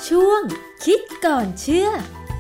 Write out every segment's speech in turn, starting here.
ช่วงคิดก่อนเชื่อ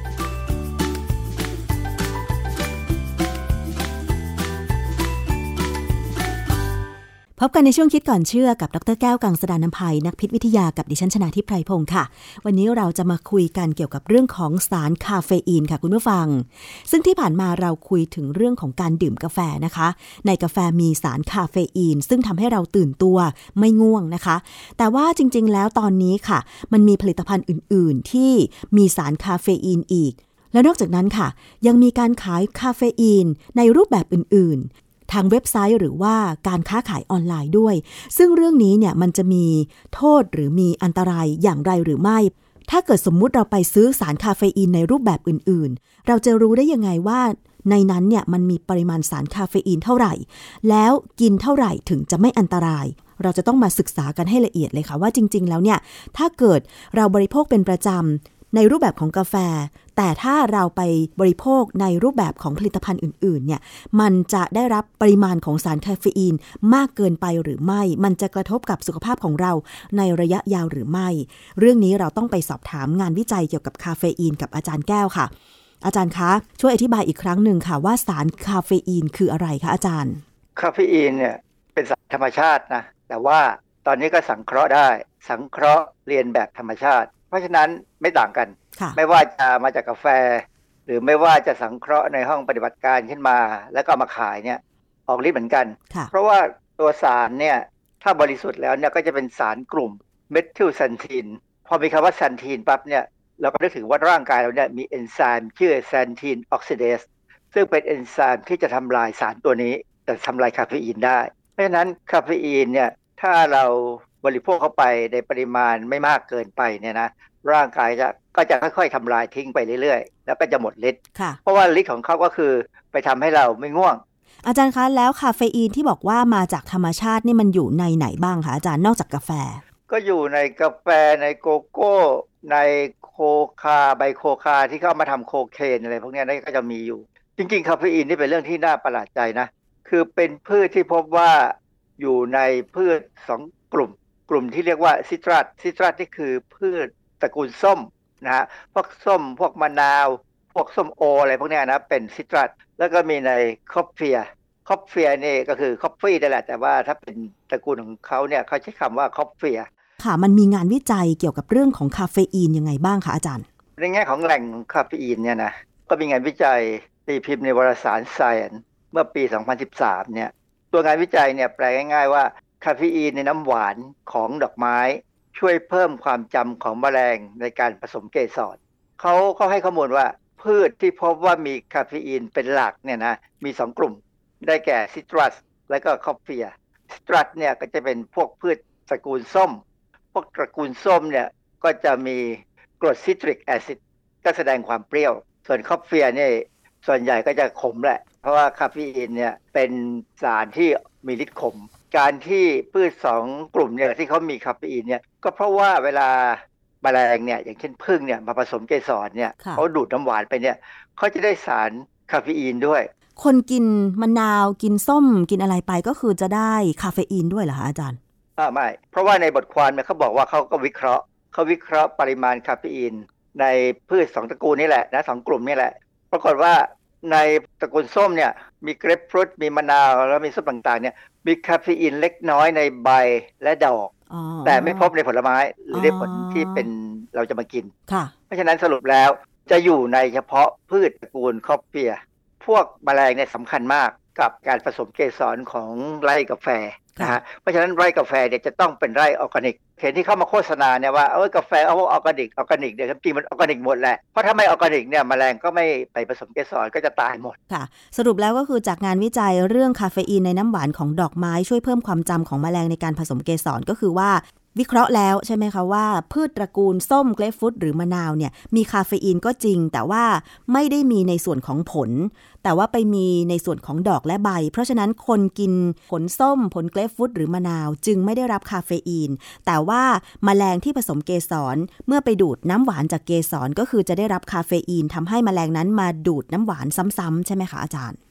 พบกันในช่วงคิดก่อนเชื่อกับดร.แก้วกังสดาลอำไพนักพิษวิทยากับดิฉันชนาธิปไพรพงศ์ค่ะวันนี้เราจะมาคุยกันเกี่ยวกับเรื่องของสารคาเฟอีนค่ะคุณผู้ฟังซึ่งที่ผ่านมาเราคุยถึงเรื่องของการดื่มกาแฟนะคะในกาแฟมีสารคาเฟอีนซึ่งทำให้เราตื่นตัวไม่ง่วงนะคะแต่ว่าจริงๆแล้วตอนนี้ค่ะมันมีผลิตภัณฑ์อื่นๆที่มีสารคาเฟอีนอีกแล้วนอกจากนั้นค่ะยังมีการขายคาเฟอีนในรูปแบบอื่นๆทางเว็บไซต์หรือว่าการค้าขายออนไลน์ด้วยซึ่งเรื่องนี้เนี่ยมันจะมีโทษหรือมีอันตรายอย่างไรหรือไม่ถ้าเกิดสมมุติเราไปซื้อสารคาเฟอีนในรูปแบบอื่นๆเราจะรู้ได้ยังไงว่าในนั้นเนี่ยมันมีปริมาณสารคาเฟอีนเท่าไหร่แล้วกินเท่าไหร่ถึงจะไม่อันตรายเราจะต้องมาศึกษากันให้ละเอียดเลยค่ะว่าจริงๆแล้วเนี่ยถ้าเกิดเราบริโภคเป็นประจำในรูปแบบของกาแฟแต่ถ้าเราไปบริโภคในรูปแบบของผลิตภัณฑ์อื่นๆเนี่ยมันจะได้รับปริมาณของสารคาเฟอีนมากเกินไปหรือไม่มันจะกระทบกับสุขภาพของเราในระยะยาวหรือไม่เรื่องนี้เราต้องไปสอบถามงานวิจัยเกี่ยวกับคาเฟอีนกับอาจารย์แก้วค่ะอาจารย์คะช่วยอธิบายอีกครั้งหนึ่งค่ะว่าสารคาเฟอีนคืออะไรคะอาจารย์คาเฟอีนเนี่ยเป็นสารธรรมชาตินะแต่ว่าตอนนี้ก็สังเคราะห์ได้สังเคราะห์เรียนแบบธรรมชาติเพราะฉะนั้นไม่ต่างกันไม่ว่าจะมาจากกาแฟหรือไม่ว่าจะสังเคราะห์ในห้องปฏิบัติการขึ้นมาแล้วก็มาขายเนี่ยออกฤทธิ์เหมือนกันเพราะว่าตัวสารเนี่ยถ้าบริสุทธิ์แล้วเนี่ยก็จะเป็นสารกลุ่มเมทิลซันทีนพอมีคำว่าซันทีนปั๊บเนี่ยเราก็นึกถึงว่าร่างกายเราเนี่ยมีเอนไซม์ชื่อซันทีนออกซิเดสซึ่งเป็นเอนไซม์ที่จะทำลายสารตัวนี้แต่ทำลายคาเฟอีนได้เพราะฉะนั้นคาเฟอีนเนี่ยถ้าเราบริโภคเข้าไปในปริมาณไม่มากเกินไปเนี่ยนะร่างกายก็จะค่อยๆทำลายทิ้งไปเรื่อยๆแล้วก็จะหมดฤทธิ์เพราะว่าฤทธิ์ของเขาก็คือไปทำให้เราไม่ง่วงอาจารย์คะแล้วคาเฟอีนที่บอกว่ามาจากธรรมชาตินี่มันอยู่ในไหนบ้างคะอาจารย์นอกจากกาแฟก็อยู่ในกาแฟในโกโก้ในโคคาใบโคคาที่เขามาทำโคเคนอะไรพวกนี้นั่นก็จะมีอยู่จริงๆคาเฟอีนนี่เป็นเรื่องที่น่าประหลาดใจนะคือเป็นพืชที่พบว่าอยู่ในพืช2กลุ่มที่เรียกว่าซิตรัสนี่คือพืชตระกูลส้มนะฮะพวกส้มพวกมะนาวพวกส้มโออะไรพวกนี้นะเป็นซิตรัสแล้วก็มีในคอฟเฟียนี่ก็คือคอฟฟี่นั่นแหละแต่ว่าถ้าเป็นตระกูลของเขาเนี่ยเขาใช้คำว่าคอฟเฟียค่ะมันมีงานวิจัยเกี่ยวกับเรื่องของคาเฟอีนยังไงบ้างคะอาจารย์ในแง่ของแหล่งคาเฟอีนเนี่ยนะก็มีงานวิจัยตีพิมพ์ในวารสาร Science เมื่อปี 2013 เนี่ยตัวงานวิจัยเนี่ยแปลง่ายๆว่าคาเฟอีนในน้ำหวานของดอกไม้ช่วยเพิ่มความจำของแมลงในการผสมเกสรเขาให้ข้อมูลว่าพืชที่พบว่ามีคาเฟอีนเป็นหลักเนี่ยนะมี2กลุ่มได้แก่ซิตรัสและก็คอฟเฟียซิตรัสเนี่ยก็จะเป็นพวกพืชตระกูลส้มพวกตระกูลส้มเนี่ยก็จะมีกรดซิตริกแอซิดก็แสดงความเปรี้ยวส่วนคอฟเฟียเนี่ยส่วนใหญ่ก็จะขมแหละเพราะว่าคาเฟอีนเนี่ยเป็นสารที่มีฤทธิ์ขมการที่พืช2กลุ่มเนี่ยที่เขามีคาเฟอีนเนี่ยก็เพราะว่าเวลาแมลงเนี่ยอย่างเช่นผึ้งเนี่ยมาผสมเกสรเนี่ยเขาดูดน้ำหวานไปเนี่ยเขาจะได้สารคาเฟอีนด้วยคนกินมะนาวกินส้มกินอะไรไปก็คือจะได้คาเฟอีนด้วยเหรอคะอาจารย์ไม่เพราะว่าในบทความเนี่ยเขาบอกว่าเขาก็วิเคราะห์ปริมาณคาเฟอีนในพืช2ตระกูลนี่แหละนะ2กลุ่มนี่แหละปรากฏว่าในตระกูลส้มเนี่ยมีเกรปฟรุตมีมะนาวแล้วมีส้มต่างๆเนี่ยมีคาเฟอีนเล็กน้อยในใบและดอกแต่ไม่พบในผลไม้หรือในผลที่เป็นเราจะมากินเพราะฉะนั้นสรุปแล้วจะอยู่ในเฉพาะพืชตระกูลคอฟเฟียพวกแมลงเนี่ยสำคัญมากกับการผสมเกสรของไร่กาแฟนะฮะเพราะฉะนั้นไร่กาแฟเนี่ยจะต้องเป็นไร่ออร์แกนิกเห็นที่เข้ามาโฆษณาเนี่ยว่ากาแฟเอาออร์แกนิกเนี่ยจริงมันออร์แกนิกหมดแหละเพราะถ้าไม่ออร์แกนิกเนี่ยแมลงก็ไม่ไปผสมเกสรก็จะตายหมดค่ะสรุปแล้วก็คือจากงานวิจัยเรื่องคาเฟอีนในน้ำหวานของดอกไม้ช่วยเพิ่มความจำของแมลงในการผสมเกสรก็คือว่าวิเคราะห์แล้วใช่ไหมคะว่าพืชตระกูลส้มเกรปฟรุตหรือมะนาวเนี่ยมีคาเฟอีนก็จริงแต่ว่าไม่ได้มีในส่วนของผลแต่ว่าไปมีในส่วนของดอกและใบเพราะฉะนั้นคนกินผลส้มผลเกรปฟรุตหรือมะนาวจึงไม่ได้รับคาเฟอีนแต่ว่าแมลงที่ผสมเกสรเมื่อไปดูดน้ำหวานจากเกสรก็คือจะได้รับคาเฟอีนทำให้แมลงนั้นมาดูดน้ำหวานซ้ำๆใช่ไหมคะอาจารย์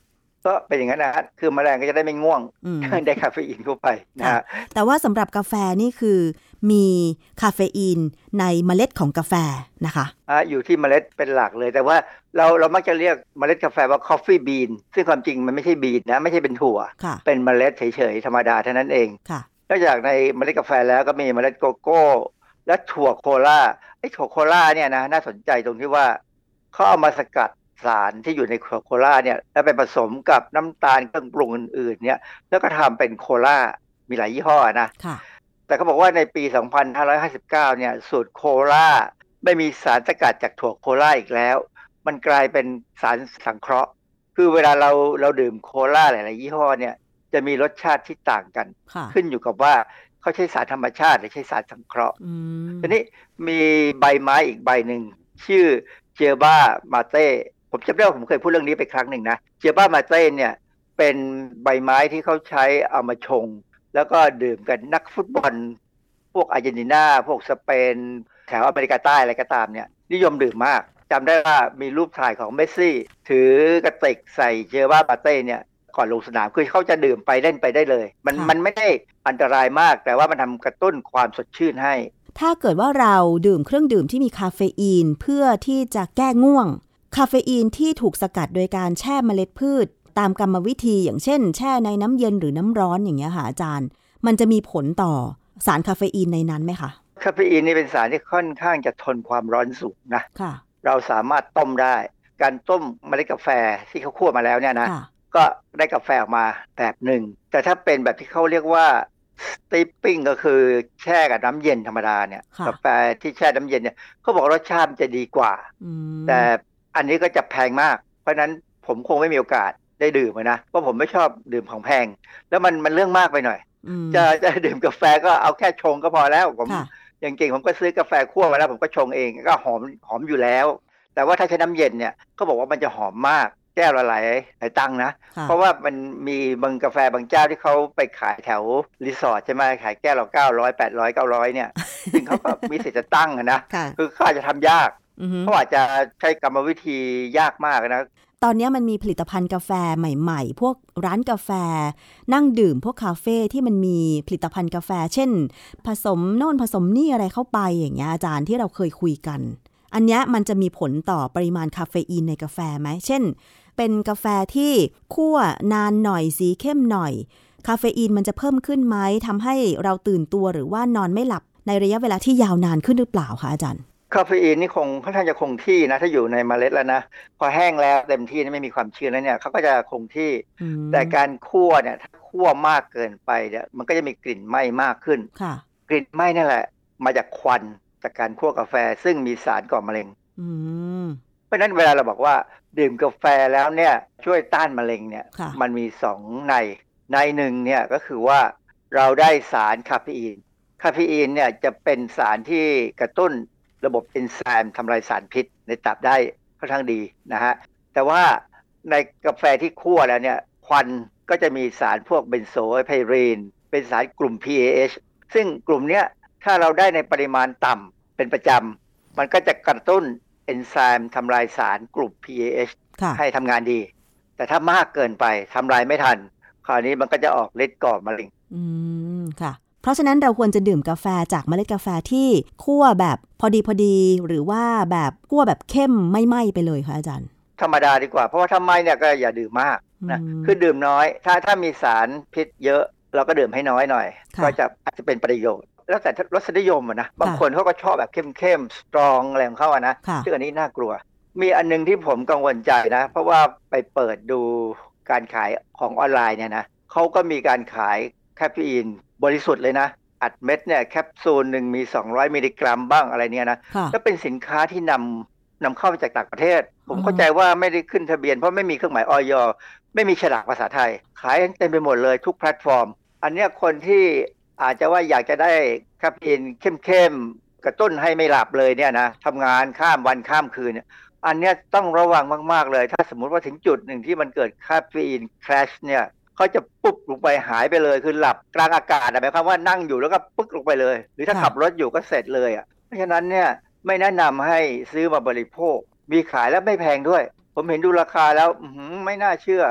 ก็เป็นอย่างนั้นนะคือแมลงก็จะได้ไม่ง่วงได้คาเฟอีนเข้าไปนะฮะแต่ว่าสำหรับกาแฟนี่คือมีคาเฟอีนในเมล็ดของกาแฟนะคะอยู่ที่เมล็ดเป็นหลักเลยแต่ว่าเรามักจะเรียกเมล็ดกาแฟว่า coffee bean ซึ่งความจริงมันไม่ใช่บีนนะไม่ใช่เป็นถั่วเป็นเมล็ดเฉยๆธรรมดาเท่านั้นเองนอกจากในเมล็ดกาแฟแล้วก็มีเมล็ดโกโก้และถั่วโคลาไอ้ถั่วโคลาเนี่ยนะน่าสนใจตรงที่ว่าเขาเอามาสกัดสารที่อยู่ในโคลาเนี่ยแล้วไปผสมกับน้ำตาลเครื่องปรุงอื่นๆเนี่ยแล้วก็ทำเป็นโคลามีหลายยี่ห้อนะแต่เขาบอกว่าในปี 2559 เนี่ยสูตรโคลาไม่มีสารสกัดจากถั่วโคลาอีกแล้วมันกลายเป็นสารสังเคราะห์คือเวลาเราดื่มโคลาหลายๆยี่ห้อเนี่ยจะมีรสชาติที่ต่างกันขึ้นอยู่กับว่าเขาใช้สารธรรมชาติหรือใช้สารสังเคราะห์ทีนี้มีใบไม้อีกใบหนึ่งชื่อเจอบ้ามาเต้ผมจำได้ว่าผมเคยพูดเรื่องนี้ไปครั้งหนึ่งนะเจอบ้ามาเต้เนี่ยเป็นใบไม้ที่เขาใช้เอามาชงแล้วก็ดื่มกันนักฟุตบอลพวกอาร์เจนตินาพวกสเปนแถวอเมริกาใต้อะไรก็ตามเนี่ยนิยมดื่มมากจำได้ว่ามีรูปถ่ายของเมสซี่ถือกระติกใส่เจอบ้ามาเต้เนี่ยก่อนลงสนามคือเขาจะดื่มไปเล่นไปได้เลยมันไม่ได้อันตรายมากแต่ว่ามันทำกระตุ้นความสดชื่นให้ถ้าเกิดว่าเราดื่มเครื่องดื่มที่มีคาเฟอีนเพื่อที่จะแก้ง่วงคาเฟอีนที่ถูกสกัดโดยการแช่เมล็ดพืชตามกรรมวิธีอย่างเช่นแช่ในน้ำเย็นหรือน้ำร้อนอย่างเงี้ยค่ะอาจารย์มันจะมีผลต่อสารคาเฟอีนในนั้นไหมคะคาเฟอีนนี่เป็นสารที่ค่อนข้างจะทนความร้อนสูงนะเราสามารถต้มได้การต้มเมล็ดกาแฟที่เขาคั่วมาแล้วเนี่ยนะก็ได้กาแฟออกมาแบบหนึ่งแต่ถ้าเป็นแบบที่เขาเรียกว่าสตีปปิ้งก็คือแช่กับน้ำเย็นธรรมดาเนี่ยกาแฟที่แช่น้ำเย็นเนี่ยเขาบอกรสชาติจะดีกว่าแต่อันนี้ก็จะแพงมากเพราะนั้นผมคงไม่มีโอกาสได้ดื่มนะเพราะผมไม่ชอบดื่มของแพงแล้วมันเรื่องมากไปหน่อยจะดื่มกาแฟก็เอาแค่ชงก็พอแล้วผมอย่างเก่งผมก็ซื้อกาแฟคั่วมาแล้วผมก็ชงเองก็หอมอยู่แล้วแต่ว่าถ้าใช้น้ำเย็นเนี่ยเขาบอกว่ามันจะหอมมากแก้วละหลายตังค์นะเพราะว่ามันมีบางกาแฟบางเจ้าที่เขาไปขายแถวรีสอร์ทใช่ไหมขายแก้วละ900 800 900เนี่ยซึ่งเขาก็มีสิทธิ์จะตั้งนะคือเขาอาจจะทำยากเขาอาจจะใช้กรรมวิธียากมากนะตอนนี้มันมีผลิตภัณฑ์กาแฟใหม่ๆพวกร้านกาแฟนั่งดื่มพวกคาเฟ่ที่มันมีผลิตภัณฑ์กาแฟเช่นผสมโน่นผสมนี่อะไรเข้าไปอย่างเงี้ยอาจารย์ที่เราเคยคุยกันอันนี้มันจะมีผลต่อปริมาณคาเฟอีนในกาแฟไหมเช่นเป็นกาแฟที่คั่วนานหน่อยสีเข้มหน่อยคาเฟอีนมันจะเพิ่มขึ้นไหมทำให้เราตื่นตัวหรือว่านอนไม่หลับในระยะเวลาที่ยาวนานขึ้นหรือเปล่าคะอาจารย์คาเฟอีนนี่ค่อนข้างจะคงที่นะถ้าอยู่ในเมล็ดแล้วนะพอแห้งแล้วเต็มที่ไม่มีความชื้นแล้วเนี่ยเขาก็จะคงที่แต่การคั่วเนี่ยถ้าคั่วมากเกินไปเนี่ยมันก็จะมีกลิ่นไหม้มากขึ้นกลิ่นไหม้นั่นแหละมาจากควันจากการคั่วกาแฟซึ่งมีสารก่อมะเร็งเพราะฉะนั้นเวลาเราบอกว่าดื่มกาแฟแล้วเนี่ยช่วยต้านมะเร็งเนี่ยมันมี2ในหนึ่งเนี่ยก็คือว่าเราได้สารคาเฟอีนเนี่ยจะเป็นสารที่กระตุ้นระบบเอนไซม์ทำลายสารพิษในตับได้ค่อนข้างดีนะฮะแต่ว่าในกาแฟที่คั่วแล้วเนี่ยควันก็จะมีสารพวกเบนโซไพรีนเป็นสารกลุ่ม PAH ซึ่งกลุ่มเนี้ยถ้าเราได้ในปริมาณต่ำเป็นประจำมันก็จะกระตุ้นเอนไซม์ทำลายสารกลุ่ม PAH ให้ทำงานดีแต่ถ้ามากเกินไปทำลายไม่ทันคราวนี้มันก็จะออกฤทธิ์ก่อมะเร็งค่ะเพราะฉะนั้นเราควรจะดื่มกาแฟจากเมล็ดกาแฟที่คั่วแบบพอดีหรือว่าแบบคั่วแบบเข้มไม่ไหม้ไปเลยคะอาจารย์ธรรมดาดีกว่าเพราะว่าถ้าไหม้เนี่ยก็อย่าดื่มมากนะคือดื่มน้อยถ้ามีสารพิษเยอะเราก็ดื่มให้น้อยหน่อยก็จะอาจจะเป็นประโยชน์แล้วแต่รสนิยมนะบางคนเขาก็ชอบแบบเข้มสตรองอะไรของเขานะซึ่งอันนี้น่ากลัวมีอันนึงที่ผมกังวลใจนะเพราะว่าไปเปิดดูการขายของออนไลน์เนี่ยนะเขาก็มีการขายคาเฟอีนบริสุทธิ์เลยนะอัดเม็ดเนี่ยแคปซูลหนึ่งมี200มิลลิกรัมบ้างอะไรเนี่ยนะก็เป็นสินค้าที่นำเข้ามาจากต่างประเทศผมเข้าใจว่าไม่ได้ขึ้นทะเบียนเพราะไม่มีเครื่องหมายอย.ไม่มีฉลากภาษาไทยขายเต็มไปหมดเลยทุกแพลตฟอร์มอันนี้คนที่อาจจะว่าอยากจะได้คาเฟอีนเข้มๆกระตุ้นให้ไม่หลับเลยเนี่ยนะทำงานข้ามวันข้ามคืนเนี่ยอันนี้ต้องระวังมากๆเลยถ้าสมมุติว่าถึงจุดหนึ่งที่มันเกิดคาเฟอีนคราชเนี่ยเขาจะปุ๊บลงไปหายไปเลยคือหลับกลางอากาศหมายความว่านั่งอยู่แล้วก็ปึ๊กลงไปเลยหรือถ้าขับรถอยู่ก็เสร็จเลยเพราะฉะนั้นเนี่ยไม่แนะนำให้ซื้อมาบริโภคมีขายแล้วไม่แพงด้วยผมเห็นดูราคาแล้วไม่น่าเชื่อ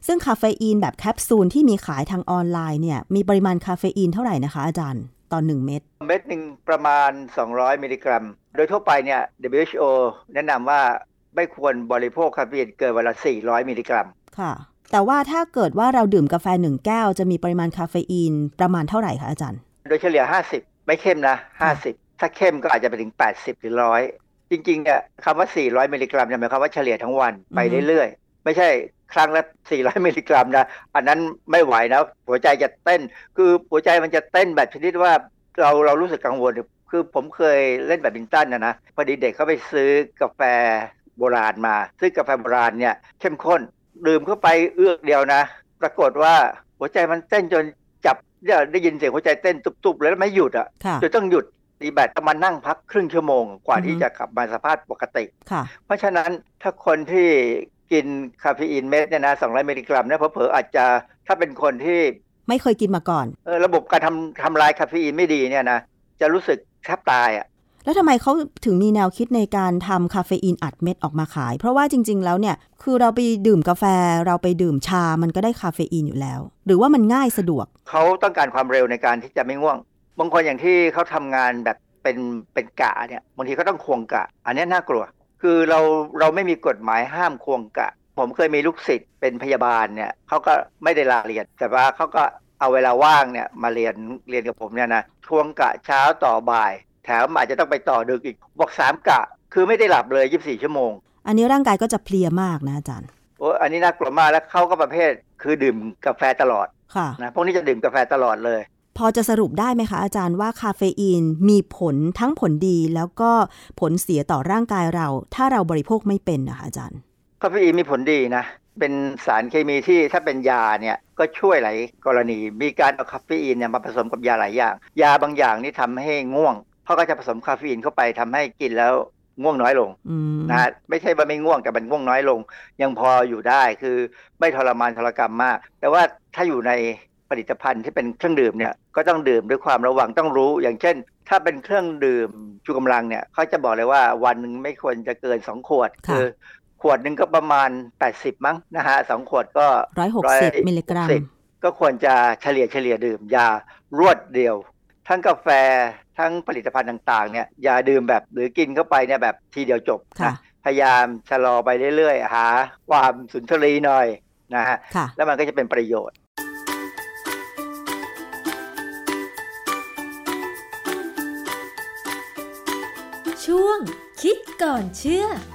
ซึ่งคาเฟอีนแบบแคปซูลที่มีขายทางออนไลน์เนี่ยมีปริมาณคาเฟอีนเท่าไหร่นะคะอาจารย์ตอน1เม็ดหนึ่งประมาณ200มิลลิกรัมโดยทั่วไปเนี่ย WHO แนะนำว่าไม่ควรบริโภคคาเฟอีนเกินวันละ400มิลลิกรัมค่ะแต่ว่าถ้าเกิดว่าเราดื่มกาแฟ1แก้วจะมีปริมาณคาเฟอีนประมาณเท่าไหร่คะอาจารย์โดยเฉลี่ย50ไม่เข้มนะ50ถ้าเข้มก็อาจจะไปถึง80หรือ100จริงๆเนี่ยคำว่า400มิลลิกรัมหมายความว่าเฉลี่ยทั้งวันไปเรื่อยๆไม่ใช่ครั้งละ400มิลลิกรัมนะอันนั้นไม่ไหวนะหัวใจจะเต้นคือหัวใจมันจะเต้นแบบชนิดว่าเรารู้สึกกังวลคือผมเคยเล่นแบดมินตันนะพอดีเด็กเขาไปซื้อกาแฟโบราณมาซึ่งกาแฟโบราณเนี่ยเข้มข้นดื่มเข้าไปเอื้อกเดียวนะปรากฏว่าหัวใจมันเต้นจนจับได้ยินเสียงหัวใจเต้นตุบๆแล้วไม่หยุดอ่ะจนต้องหยุดตีแบตต้องมานั่งพักครึ่งชั่วโมงกว่าที่จะกลับมาสภาพปกติเพราะฉะนั้นถ้าคนที่กินคาเฟอีนเม็ดเนี่ยนะ200มิลลิกรัมเนี่ยเผลอๆอาจจะถ้าเป็นคนที่ไม่เคยกินมาก่อนระบบการทำลายคาเฟอีนไม่ดีเนี่ยนะจะรู้สึกแทบตายอ่ะแล้วทำไมเขาถึงมีแนวคิดในการทำคาเฟอีนอัดเม็ดออกมาขายเพราะว่าจริงๆแล้วเนี่ยคือเราไปดื่มกาแฟเราไปดื่มชามันก็ได้คาเฟอีนอยู่แล้วหรือว่ามันง่ายสะดวกเขาต้องการความเร็วในการที่จะไม่ง่วงบางคนอย่างที่เขาทำงานแบบเป็นกะเนี่ยบางทีเขาต้องควงกะอันนี้น่ากลัวคือเราไม่มีกฎหมายห้ามควงกะผมเคยมีลูกศิษย์เป็นพยาบาลเนี่ยเขาก็ไม่ได้ลาเรียนแต่ว่าเขาก็เอาเวลาว่างเนี่ยมาเรียนกับผมเนี่ยนะควงกะเช้าต่อบ่ายแถมอาจจะต้องไปต่อดึกอีกบอก3กะคือไม่ได้หลับเลย24ชั่วโมงอันนี้ร่างกายก็จะเพลียมากนะอาจารย์โอ้อันนี้น่ากลัวมากแล้วเขาก็ประเภทคือดื่มกาแฟตลอดค่ะนะพวกนี้จะดื่มกาแฟตลอดเลยพอจะสรุปได้ไหมคะอาจารย์ว่าคาเฟอีนมีผลทั้งผลดีแล้วก็ผลเสียต่อร่างกายเราถ้าเราบริโภคไม่เป็นนะคะอาจารย์คาเฟอีนมีผลดีนะเป็นสารเคมีที่ถ้าเป็นยาเนี่ยก็ช่วยหลายกรณีมีการเอาคาเฟอีนเนี่ยมาผสมกับยาหลายอย่างยาบางอย่างนี่ทำให้ง่วงเขาก็จะผสมคาเฟอีนเข้าไปทำให้กินแล้วง่วงน้อยลงนะไม่ใช่ว่าไม่ง่วงแต่มันง่วงน้อยลงยังพออยู่ได้คือไม่ทรมานทรกรรมมากแต่ว่าถ้าอยู่ในผลิตภัณฑ์ที่เป็นเครื่องดื่มเนี่ยก็ต้องดื่มด้วยความระวังต้องรู้อย่างเช่นถ้าเป็นเครื่องดื่มชูกำลังเนี่ยเขาจะบอกเลยว่าวันนึงไม่ควรจะเกิน2ขวดคือขวดนึงก็ประมาณ80มั้งนะฮะ2ขวดก็ 160มิลลิกรัมก็ควรจะเฉลี่ยดื่มยารวดเดียวทั้งกาแฟทั้งผลิตภัณฑ์ต่างๆเนี่ยอย่าดื่มแบบหรือกินเข้าไปเนี่ยแบบทีเดียวจบนะพยายามชะลอไปเรื่อยๆหาความสุนทรีย์หน่อยนะฮะแล้วมันก็จะเป็นประโยชน์ช่วงคิดก่อนเชื่อ